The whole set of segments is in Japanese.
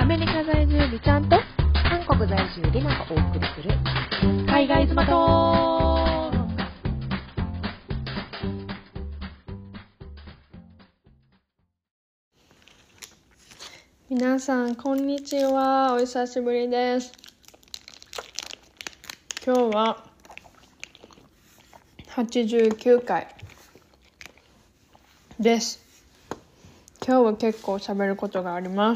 メリカ在住美ちゃんと韓国在住リナがお送りする海外妻と皆さんこんにちは、お久しぶりです。今日は89回です。今日は結構喋ることがあります。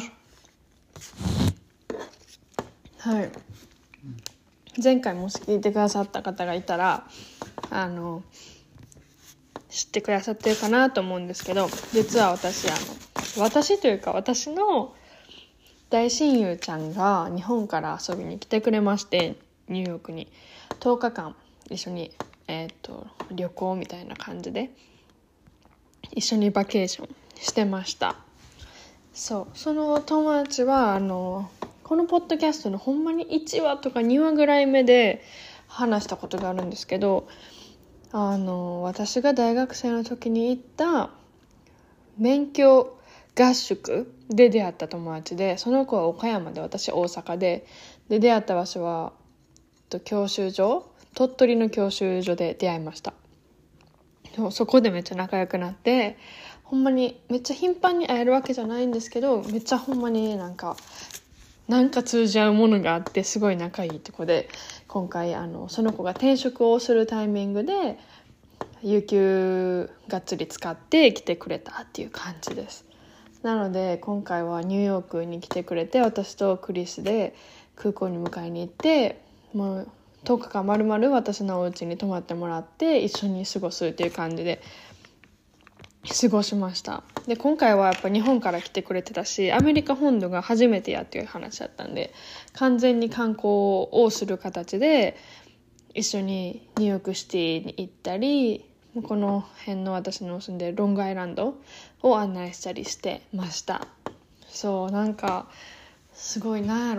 はい。前回もし聞いてくださった方がいたら知ってくださってるかなと思うんですけど、実は私というか私の大親友ちゃんが日本から遊びに来てくれまして、ニューヨークに10日間一緒に、旅行みたいな感じで一緒にバケーションしてました。その友達はこのポッドキャストのほんまに1話とか2話ぐらい目で話したことがあるんですけど、私が大学生の時に行った勉強合宿で出会った友達で、その子は岡山で私大阪で出会った場所は教習所、鳥取の教習所で出会いました。そこでめっちゃ仲良くなって、ほんまにめっちゃ頻繁に会えるわけじゃないんですけど、めっちゃほんまになんか通じ合うものがあって、すごい仲いいとこで、今回その子が転職をするタイミングで有給がっつり使って来てくれたっていう感じです。なので今回はニューヨークに来てくれて、私とクリスで空港に迎えに行って、もう10日間丸々私のお家に泊まってもらって一緒に過ごすっていう感じで過ごしました。で今回はやっぱ日本から来てくれてたし、アメリカ本土が初めてやっていう話だったんで、完全に観光をする形で一緒にニューヨークシティに行ったり、この辺の私の住んでるロングアイランドを案内したりしてました。そう、なんかすごい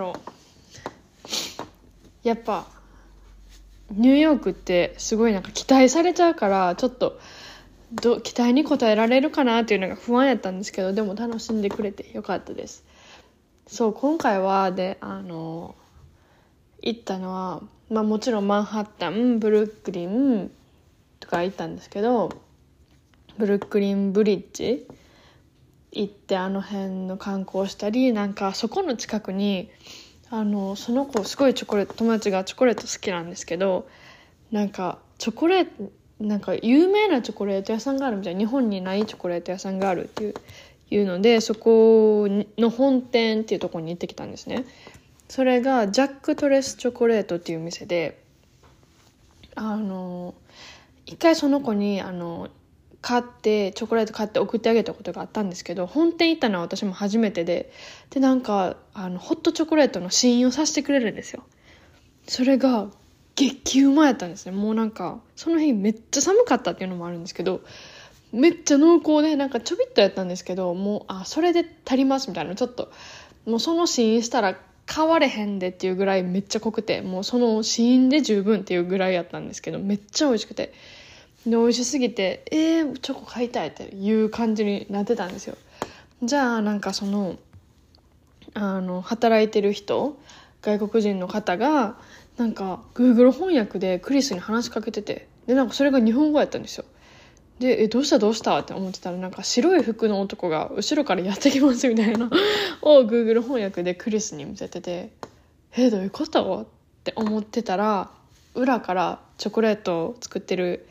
やっぱニューヨークってすごい期待されちゃうから、ちょっと期待に応えられるかなっていうのが不安やったんですけど、でも楽しんでくれてよかったです。そう、今回は行ったのは、もちろんマンハッタン、ブルックリンとか行ったんですけど、ブルックリンブリッジ行って辺の観光したり、そこの近くにその子すごい友達がチョコレート好きなんですけど、チョコレート有名なチョコレート屋さんがあるみたいな、日本にないチョコレート屋さんがあるっていうので、そこの本店っていうところに行ってきたんですね。それがジャック・トレスチョコレートっていう店で、一回その子にチョコレート買って送ってあげたことがあったんですけど、本店行ったのは私も初めてで、ホットチョコレートの試飲をさせてくれるんですよ。それが激うまやったんですね。もうその日めっちゃ寒かったっていうのもあるんですけど、めっちゃ濃厚でちょびっとやったんですけど、もうそれで足りますみたいな、ちょっともうその試飲したら変われへんでっていうぐらいめっちゃ濃くて、もうその試飲で十分っていうぐらいやったんですけど、めっちゃ美味しくて、で美味しすぎてチョコ買いたいっていう感じになってたんですよ。じゃあ働いてる人、外国人の方がGoogle 翻訳でクリスに話しかけてて、でそれが日本語やったんですよ。でどうしたって思ってたら、白い服の男が後ろからやってきますみたいなを Google 翻訳でクリスに見せてて、どういうことって思ってたら、裏からチョコレートを作ってる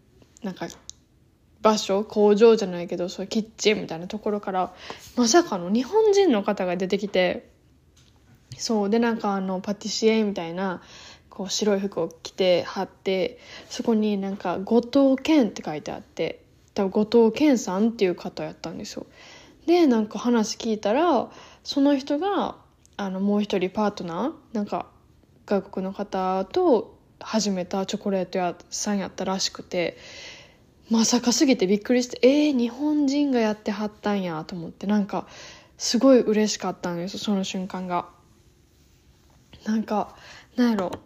場所、工場じゃないけどそういうキッチンみたいなところからまさかの日本人の方が出てきて、そうでパティシエみたいな白い服を着てはって、そこに後藤健って書いてあって、多分後藤健さんっていう方やったんですよ。で話聞いたら、その人がもう一人パートナー外国の方と始めたチョコレート屋さんやったらしくて、まさかすぎてびっくりして、日本人がやってはったんやと思って、すごい嬉しかったんですよ、その瞬間が。なんやろ、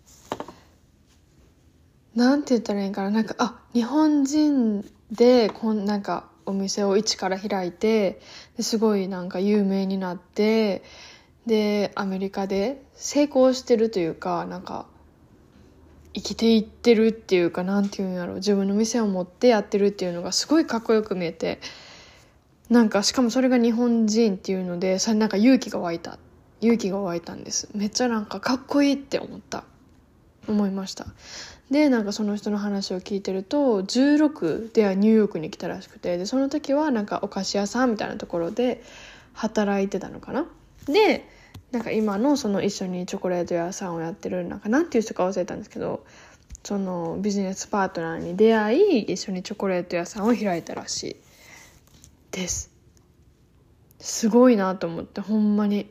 なんて言ったらいいかな、日本人でお店を一から開いて、ですごい有名になって、 でアメリカで成功してるというか、なんか生きていってるっていうか、なんていうんやろ、自分の店を持ってやってるっていうのがすごいかっこよく見えて、なんかしかもそれが日本人っていうので、それなんか勇気が湧いたんです。めっちゃなんかかっこいいって思いました。でなんかその人の話を聞いてると、16ではニューヨークに来たらしくて、でその時はなんかお菓子屋さんみたいなところで働いてたのかな。でなんか今のその一緒にチョコレート屋さんをやってる、なんていう人か忘れたんですけど、そのビジネスパートナーに出会い一緒にチョコレート屋さんを開いたらしいです。すごいなと思って、ほんまに。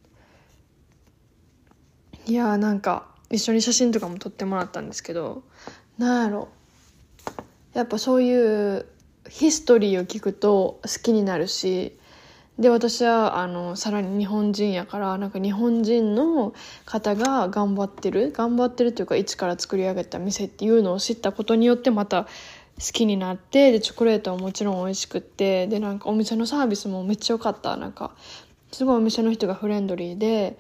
いやなんか一緒に写真とかも撮ってもらったんですけど、なんやろ、やっぱそういうヒストリーを聞くと好きになるし、で私はさらに日本人やから、なんか日本人の方が頑張ってるというか、一から作り上げた店っていうのを知ったことによってまた好きになって、でチョコレートはもちろん美味しくって、でなんかお店のサービスもめっちゃ良かった。なんかすごいお店の人がフレンドリーで、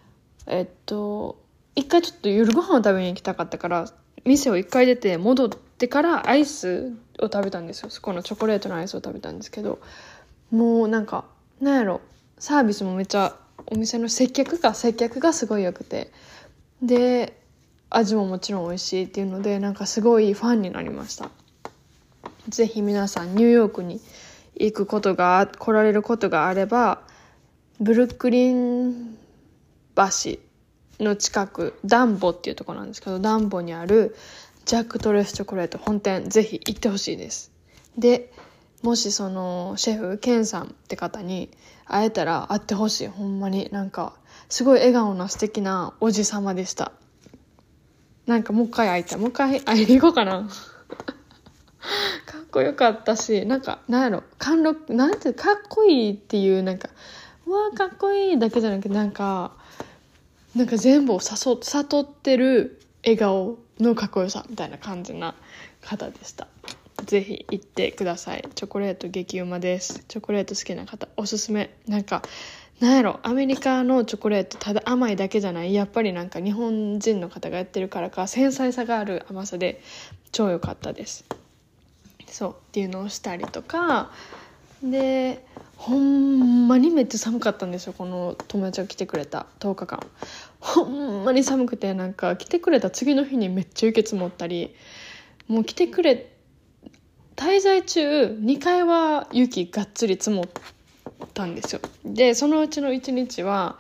一回ちょっと夜ご飯を食べに行きたかったから、店を一回出て戻ってからアイスを食べたんですよ。そこのチョコレートのアイスを食べたんですけど、もうなんやろ、サービスもめっちゃ、お店の接客がすごい良くて、で味ももちろん美味しいっていうので、なんかすごいファンになりました。ぜひ皆さんニューヨークに来られることがあれば、ブルックリン橋の近く、ダンボっていうところなんですけど、ダンボにあるジャック・トレスチョコレート本店、ぜひ行ってほしいです。でもしそのシェフケンさんって方に会えたら会ってほしい。ほんまになんかすごい笑顔な素敵なおじさまでした。なんかもう一回会いに行こうかなかっこよかったし、なんやろ、貫禄、なんてかっこいいっていう、なんかわーかっこいいだけじゃなくて、なんか全部を悟ってる笑顔のかっこよさみたいな感じな方でした。ぜひ行ってください。チョコレート激うまです。チョコレート好きな方おすすめ。なんやろ、アメリカのチョコレートただ甘いだけじゃない、やっぱりなんか日本人の方がやってるからか繊細さがある甘さで超良かったです。そうっていうのをしたりとかで、ほんまにめっちゃ寒かったんですよ。この友達が来てくれた10日間ほんまに寒くて、なんか来てくれた次の日にめっちゃ雪積もったり、もう滞在中2回は雪がっつり積もったんですよ。でそのうちの1日は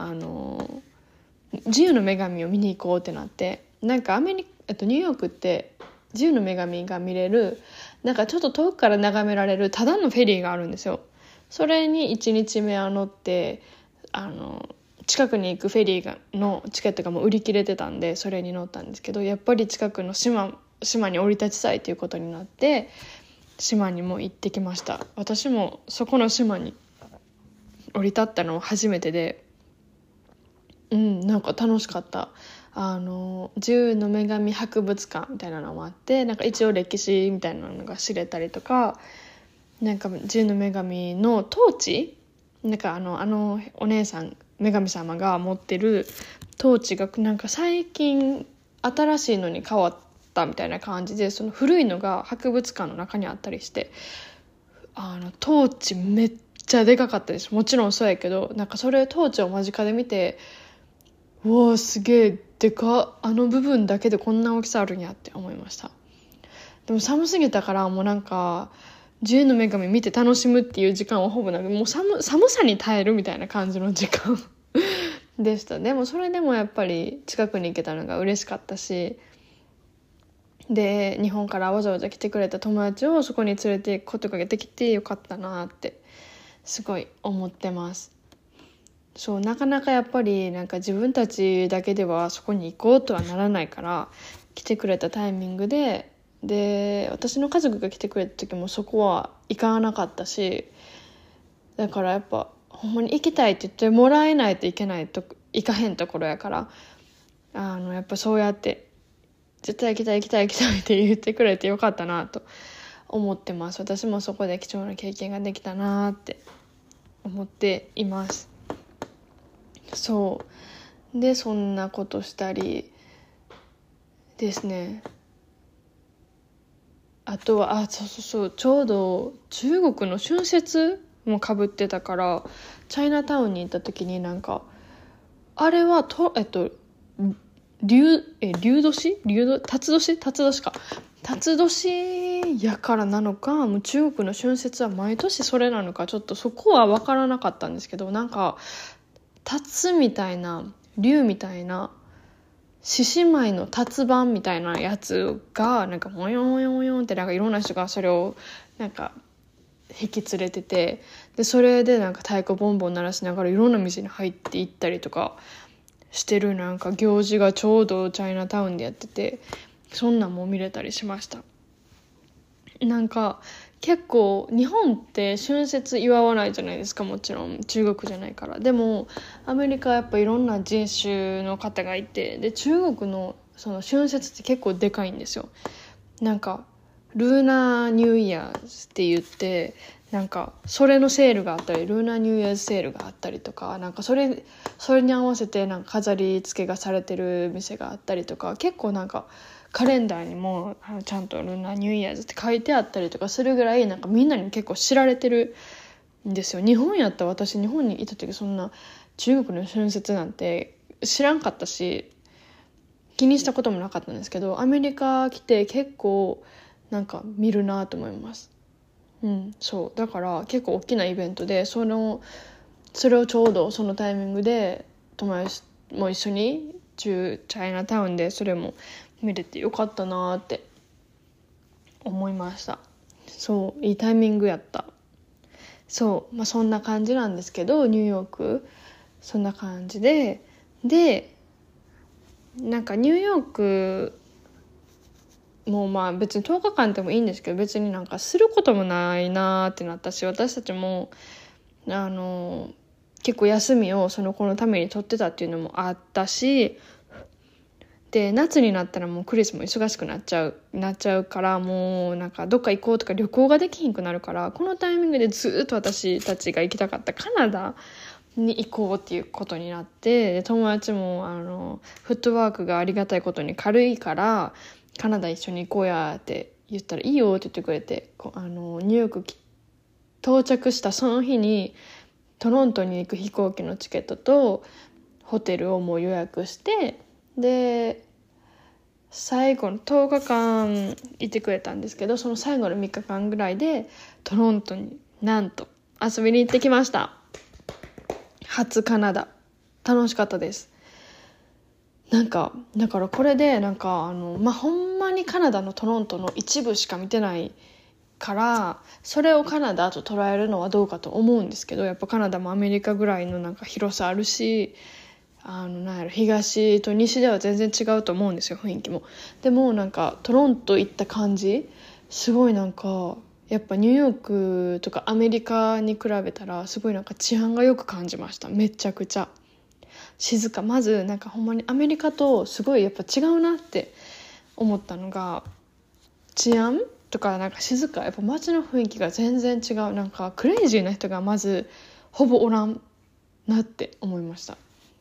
自由の女神を見に行こうってなって、なんかニューヨークって自由の女神が見れる、なんかちょっと遠くから眺められるただのフェリーがあるんですよ。それに1日目は乗って、近くに行くフェリーのチケットがもう売り切れてたんで、それに乗ったんですけど、やっぱり近くの島に降り立ちたいということになって、島にも行ってきました。私もそこの島に降り立ったの初めてで、なんか楽しかった。自由の女神博物館みたいなのもあって、なんか一応歴史みたいなのが知れたりとか、なんか自由の女神のトーチ、なんかお姉さん女神様が持ってるトーチがなんか最近新しいのに変わったみたいな感じで、その古いのが博物館の中にあったりして、トーチめっちゃでかかったです。もちろんそうやけど、なんかそれトーチを間近で見て、うわーすげえでか、部分だけでこんな大きさあるんやって思いました。でも寒すぎたから、もうなんか自由の女神見て楽しむっていう時間はほぼなく、もう寒さに耐えるみたいな感じの時間でした。でもそれでもやっぱり近くに行けたのが嬉しかったし、で日本からわざわざ来てくれた友達をそこに連れて行くことができてよかったなってすごい思ってます。そう、なかなかやっぱりなんか自分たちだけではそこに行こうとはならないから、来てくれたタイミングで私の家族が来てくれた時もそこは行かなかったし、だからやっぱほんまに行きたいって言ってもらえないといけないと行かへんところやから、やっぱそうやって絶対行きたいって言ってくれてよかったなと思ってます。私もそこで貴重な経験ができたなって思っています。 そうでそんなことしたりですね。あとはそうちょうど中国の春節もかぶってたからチャイナタウンに行った時になんかあれは竜年辰年か辰年やからなのかもう中国の春節は毎年それなのかちょっとそこは分からなかったんですけどなんか辰みたいな竜みたいな獅子舞の達版みたいなやつがなんかモヨンモヨンモヨンってなんかいろんな人がそれをなんか引き連れててでそれでなんか太鼓ボンボン鳴らしながらいろんな店に入っていったりとかしてるなんか行事がちょうどチャイナタウンでやっててそんなんも見れたりしました。なんか結構日本って春節祝わないじゃないですか。もちろん中国じゃないから。でもアメリカはやっぱいろんな人種の方がいてで中国のその春節って結構でかいんですよ。なんかルーナーニューイヤーって言ってなんかそれのセールがあったりルーナーニューイヤーズセールがあったりとかなんかそれに合わせてなんか飾り付けがされてる店があったりとか結構なんかカレンダーにもちゃんとルーナーニューイヤーズって書いてあったりとかするぐらいなんかみんなに結構知られてるんですよ。日本やったら私日本にいた時そんな中国の春節なんて知らんかったし気にしたこともなかったんですけどアメリカ来て結構なんか見るなと思います。そうだから結構大きなイベントでそれをちょうどそのタイミングで友達も一緒にチャイナタウンでそれも見れてよかったなって思いました。そういいタイミングやった。そうそんな感じなんですけどニューヨークそんな感じでなんかニューヨークもう別に10日間でもいいんですけど別になんかすることもないなってなったし私たちも結構休みをその子のために取ってたっていうのもあったしで夏になったらもうクリスも忙しくなっちゃうからもうなんかどっか行こうとか旅行ができひんくなるからこのタイミングでずっと私たちが行きたかったカナダに行こうっていうことになって友達もフットワークがありがたいことに軽いからカナダ一緒に行こうやって言ったらいいよって言ってくれてニューヨーク到着したその日にトロントに行く飛行機のチケットとホテルをもう予約してで最後の10日間いてくれたんですけどその最後の3日間ぐらいでトロントになんと遊びに行ってきました。初カナダ楽しかったです。なんかだからこれでなんかほんまにカナダのトロントの一部しか見てないからそれをカナダと捉えるのはどうかと思うんですけどやっぱカナダもアメリカぐらいのなんか広さあるしなんやろ東と西では全然違うと思うんですよ雰囲気も。でもなんかトロント行った感じすごいなんかやっぱニューヨークとかアメリカに比べたらすごいなんか治安がよく感じました。めちゃくちゃ静か。まずなんかほんまにアメリカとすごいやっぱ違うなって思ったのが治安とかなんか静かやっぱ街の雰囲気が全然違う。なんかクレイジーな人がまずほぼおらんなって思いました。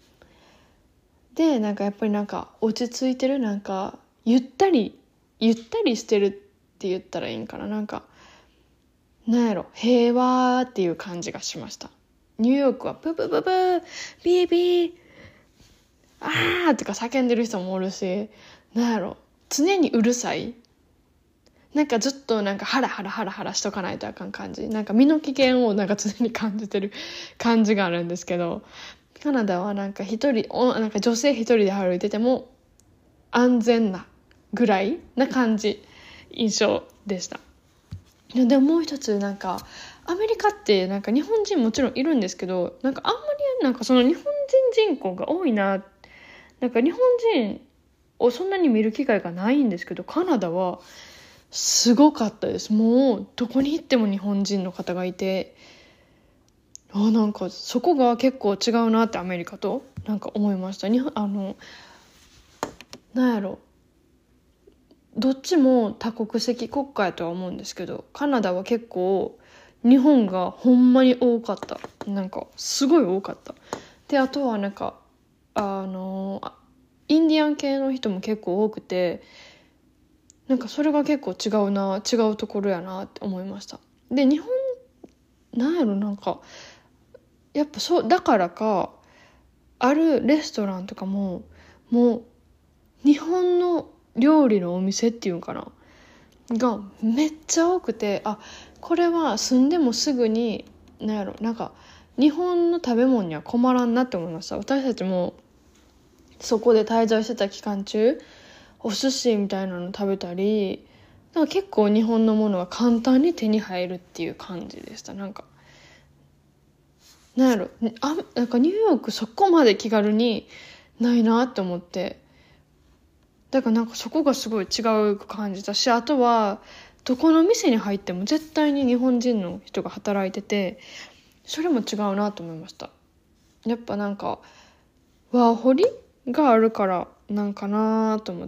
でなんかやっぱりなんか落ち着いてるなんかゆったりしてるって言ったらいいんかな。なんかなんやろ平和っていう感じがしました。ニューヨークはブブブブビービーあーとか叫んでる人もおるしなんやろ常にうるさいなんかずっとなんかハラハラしとかないとあかん感じなんか身の危険をなんか常に感じてる感じがあるんですけどカナダはなんかなんか女性一人で歩いてても安全なぐらいな感じ印象でした。でももう一つなんかアメリカってなんか日本人もちろんいるんですけどなんかあんまりなんかその日本人人口が多いなんか日本人をそんなに見る機会がないんですけどカナダはすごかったです。もうどこに行っても日本人の方がいてなんかそこが結構違うなってアメリカとなんか思いました。なんやろどっちも多国籍国家やとは思うんですけどカナダは結構日本がほんまに多かった。なんかすごい多かった。 であとはなんかインディアン系の人も結構多くて、なんかそれが結構違うところやなって思いました。で日本なんやろ、なんかやっぱそうだからか、あるレストランとかもう日本の料理のお店っていうんかながめっちゃ多くて、これは住んでもすぐになんやろ、なんか日本の食べ物には困らんなって思いました。私たちもそこで滞在してた期間中お寿司みたいなの食べたり、なんか結構日本のものが簡単に手に入るっていう感じでした。なんかなんやろ、なんかニューヨークそこまで気軽にないなって思って、だからなんかそこがすごい違う感じたし、あとはどこの店に入っても絶対に日本人の人が働いてて、それも違うなと思いました。やっぱなんかワーホリがあるからなんかなと思って、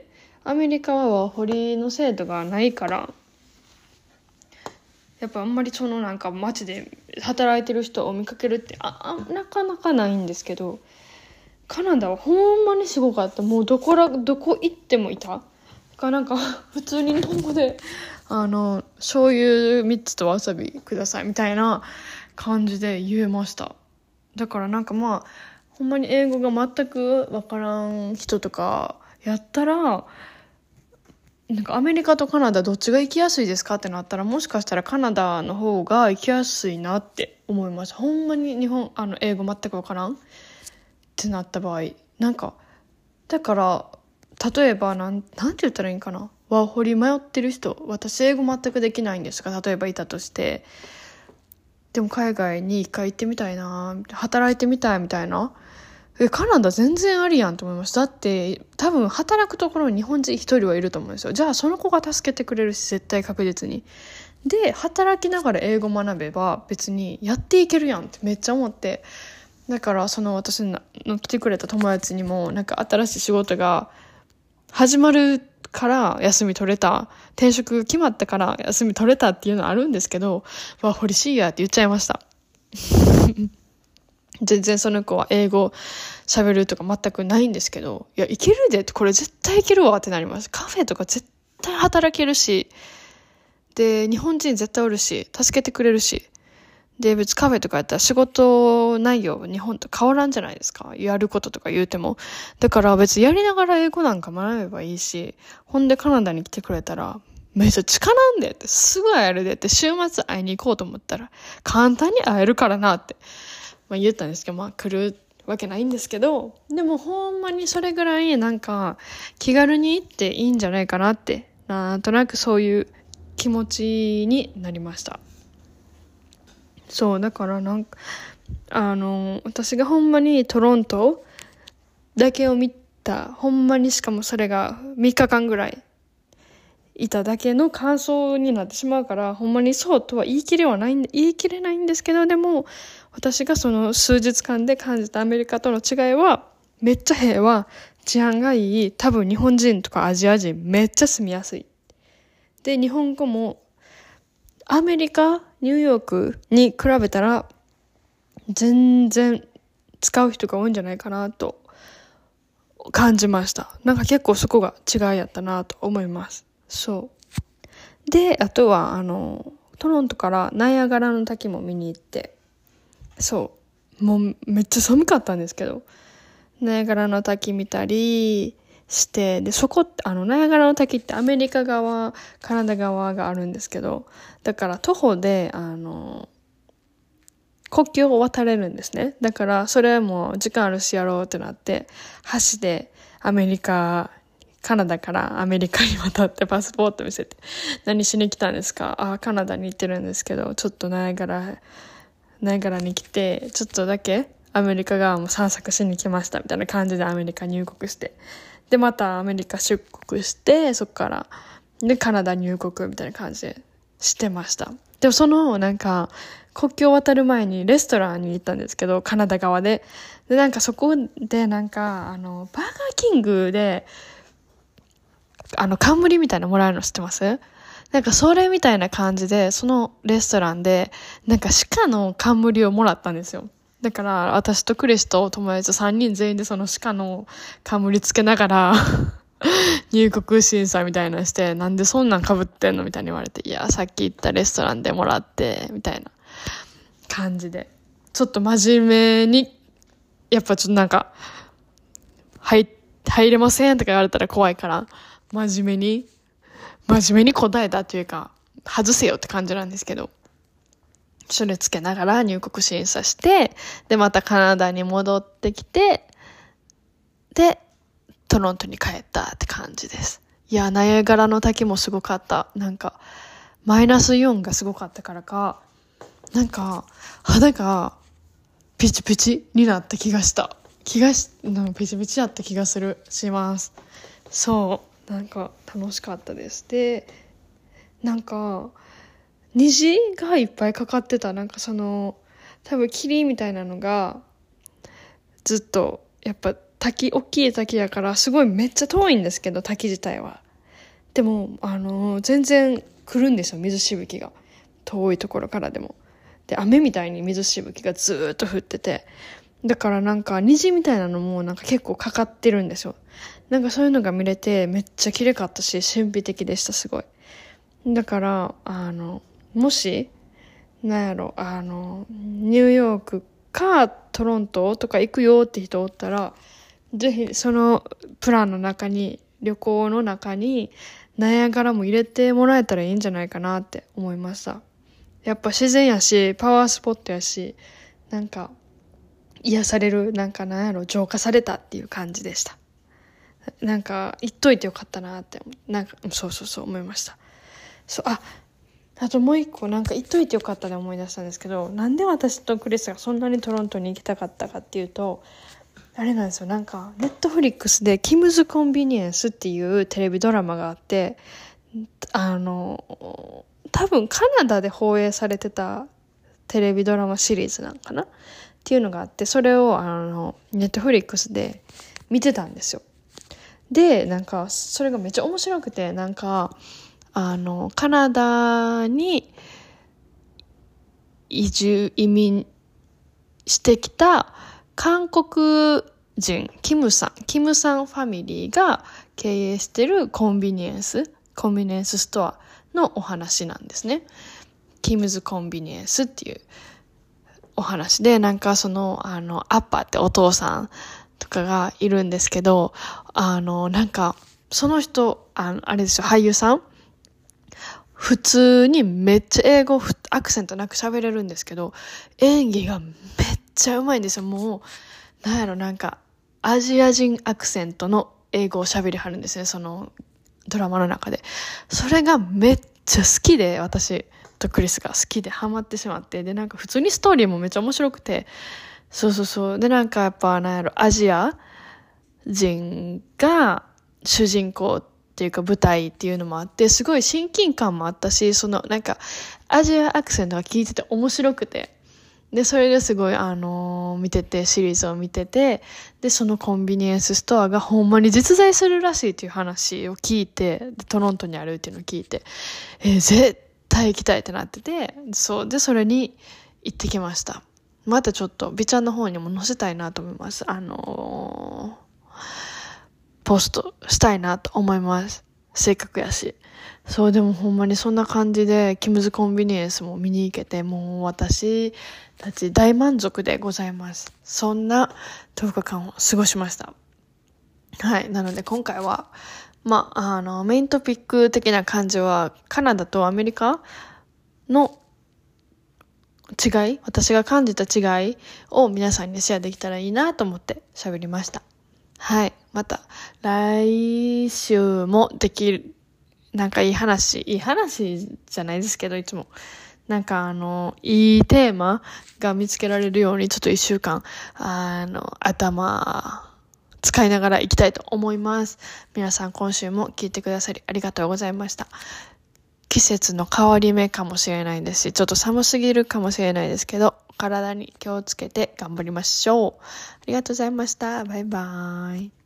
アメリカはワーホリの制度がないから、やっぱあんまりそのなんか街で働いてる人を見かけるってなかなかないんですけど、カナダはほんまにすごかった。もうどこ行ってもいたか、なんか普通に日本語で醤油3つとわさびくださいみたいな感じで言えました。だからなんかほんまに英語が全くわからん人とかやったら、なんかアメリカとカナダどっちが行きやすいですかってなったら、もしかしたらカナダの方が行きやすいなって思いました。ほんまに英語全くわからんってなった場合、なんかだから例えばなんて言ったらいいんかな、ワーホリ迷ってる人、私英語全くできないんですが例えばいたとして、でも海外に一回行ってみたいな、働いてみたいみたいな、カナダ全然ありやんと思いました。だって多分働くところに日本人一人はいると思うんですよ。じゃあその子が助けてくれるし、絶対確実に。で働きながら英語学べば別にやっていけるやんってめっちゃ思って、だからその私の来てくれた友達にも、なんか新しい仕事が始まるから休み取れた、転職決まったから休み取れたっていうのあるんですけど、わホリシーやって言っちゃいました全然その子は英語喋るとか全くないんですけど、いやいけるでって、これ絶対いけるわってなります。カフェとか絶対働けるし、で日本人絶対おるし助けてくれるし、で別にカフェとかやったら仕事内容日本と変わらんじゃないですか、やることとか言うても。だから別にやりながら英語なんか学べばいいし、ほんでカナダに来てくれたらめっちゃ近なんでって、すぐ会えるでって、週末会いに行こうと思ったら簡単に会えるからなって言ったんですけど、来るわけないんですけど、でもほんまにそれぐらいなんか気軽に行っていいんじゃないかなって、なんとなくそういう気持ちになりました。そうだからなんか私がほんまにトロントだけを見た、ほんまにしかもそれが3日間ぐらいいただけの感想になってしまうから、ほんまにそうとは言い切れないんですけど、でも私がその数日間で感じたアメリカとの違いは、めっちゃ平和、治安がいい、多分日本人とかアジア人めっちゃ住みやすい。で日本語もアメリカニューヨークに比べたら全然使う人が多いんじゃないかなと感じました。なんか結構そこが違いやったなと思います。そうで、あとはトロントからナイアガラの滝も見に行って、そうもうめっちゃ寒かったんですけど、ナイアガラの滝見たりして、でそこってナイアガラの滝ってアメリカ側カナダ側があるんですけど、だから徒歩で国境を渡れるんですね。だからそれも時間あるしやろうってなって、橋でカナダからアメリカに渡ってパスポート見せて、何しに来たんですか？カナダに行ってるんですけど、ちょっとナイアガラに来てちょっとだけアメリカ側も散策しに来ましたみたいな感じでアメリカ入国して、でまたアメリカ出国して、そこからでカナダ入国みたいな感じでしてました。でもそのなんか国境を渡る前にレストランに行ったんですけど、カナダ側でなんかそこでなんかバーガーキングで冠みたいなのもらえるの知ってます？なんかそれみたいな感じで、そのレストランでなんか鹿の冠をもらったんですよ。 だから私とクリスと友達と3人全員でその鹿の冠つけながら入国審査みたいなのして、なんでそんなん被ってんのみたいに言われて、いや、さっき行ったレストランでもらって、みたいな感じで。ちょっと真面目に、やっぱちょっとなんか、入れませんとか言われたら怖いから、真面目に答えたというか、外せよって感じなんですけど、それつけながら入国審査して、で、またカナダに戻ってきて、で、トロントに帰ったって感じです。いや、ナイアガラの滝もすごかった。なんか、マイナスイオンがすごかったからか、なんか、肌がピチピチになった気がした。なんかピチピチだった気がします。そう、なんか楽しかったです。で、なんか、虹がいっぱいかかってた。なんかその、多分霧みたいなのが、ずっと、やっぱ大きい滝やから、すごいめっちゃ遠いんですけど、滝自体は。でも、全然来るんですよ、水しぶきが。遠いところからでも。で、雨みたいに水しぶきがずーっと降ってて。だからなんか虹みたいなのもなんか結構かかってるんですよ。なんかそういうのが見れてめっちゃ綺麗かったし、神秘的でした、すごい。だから、もし、なんやろ、ニューヨークかトロントとか行くよって人おったら、ぜひそのプランの中に、旅行の中に、ナイアガラも入れてもらえたらいいんじゃないかなって思いました。やっぱ自然やし、パワースポットやし、なんか、癒される、なんかなんやろ、浄化されたっていう感じでした。なんか、言っといてよかったなって、なんか、そう思いました。そう、あともう一個、なんか言っといてよかったで思い出したんですけど、なんで私とクリスがそんなにトロントに行きたかったかっていうと、あれなんですよ、なんか、ネットフリックスでキムズコンビニエンスっていうテレビドラマがあって、多分カナダで放映されてたテレビドラマシリーズなんかなっていうのがあって、それをネットフリックスで見てたんですよ。で、なんかそれがめっちゃ面白くて、なんかカナダに移民してきた韓国人キムさんファミリーが経営してるコンビニエンスストアのお話なんですね。キムズコンビニエンスっていうお話で、なんかそのアッパーってお父さんとかがいるんですけど、なんかその人あれですよ、俳優さん普通にめっちゃ英語アクセントなく喋れるんですけど、演技がめっちゃうまいんですよ。もうなんやろ、なんかアジア人アクセントの英語を喋りはるんですね、そのドラマの中で。それがめっちゃ好きで、私とクリスが好きでハマってしまって、でなんか普通にストーリーもめっちゃ面白くて、そうで、なんかやっぱなんやろ、アジア人が主人公っていうか舞台っていうのもあって、すごい親近感もあったし、そのなんかアジアアクセントが聞いてて面白くて、でそれですごい見てて、シリーズを見てて、でそのコンビニエンスストアがほんまに実在するらしいっていう話を聞いて、でトロントにあるっていうのを聞いて、絶対行きたいってなってて、そうでそれに行ってきました。またちょっと美ちゃんの方にも載せたいなと思います。ポストしたいなと思います。せっかくやし。そう、でもほんまにそんな感じで、キムズコンビニエンスも見に行けて、もう私たち大満足でございます。そんな10日間を過ごしました。はい。なので今回は、メイントピック的な感じは、カナダとアメリカの違い、私が感じた違いを皆さんにシェアできたらいいなと思って喋りました。はい。また、来週もできる、なんかいい話じゃないですけど、いつも。なんかいいテーマが見つけられるように、ちょっと1週間、頭、使いながら行きたいと思います。皆さん今週も聞いてくださりありがとうございました。季節の変わり目かもしれないですし、ちょっと寒すぎるかもしれないですけど、体に気をつけて頑張りましょう。ありがとうございました。バイバーイ。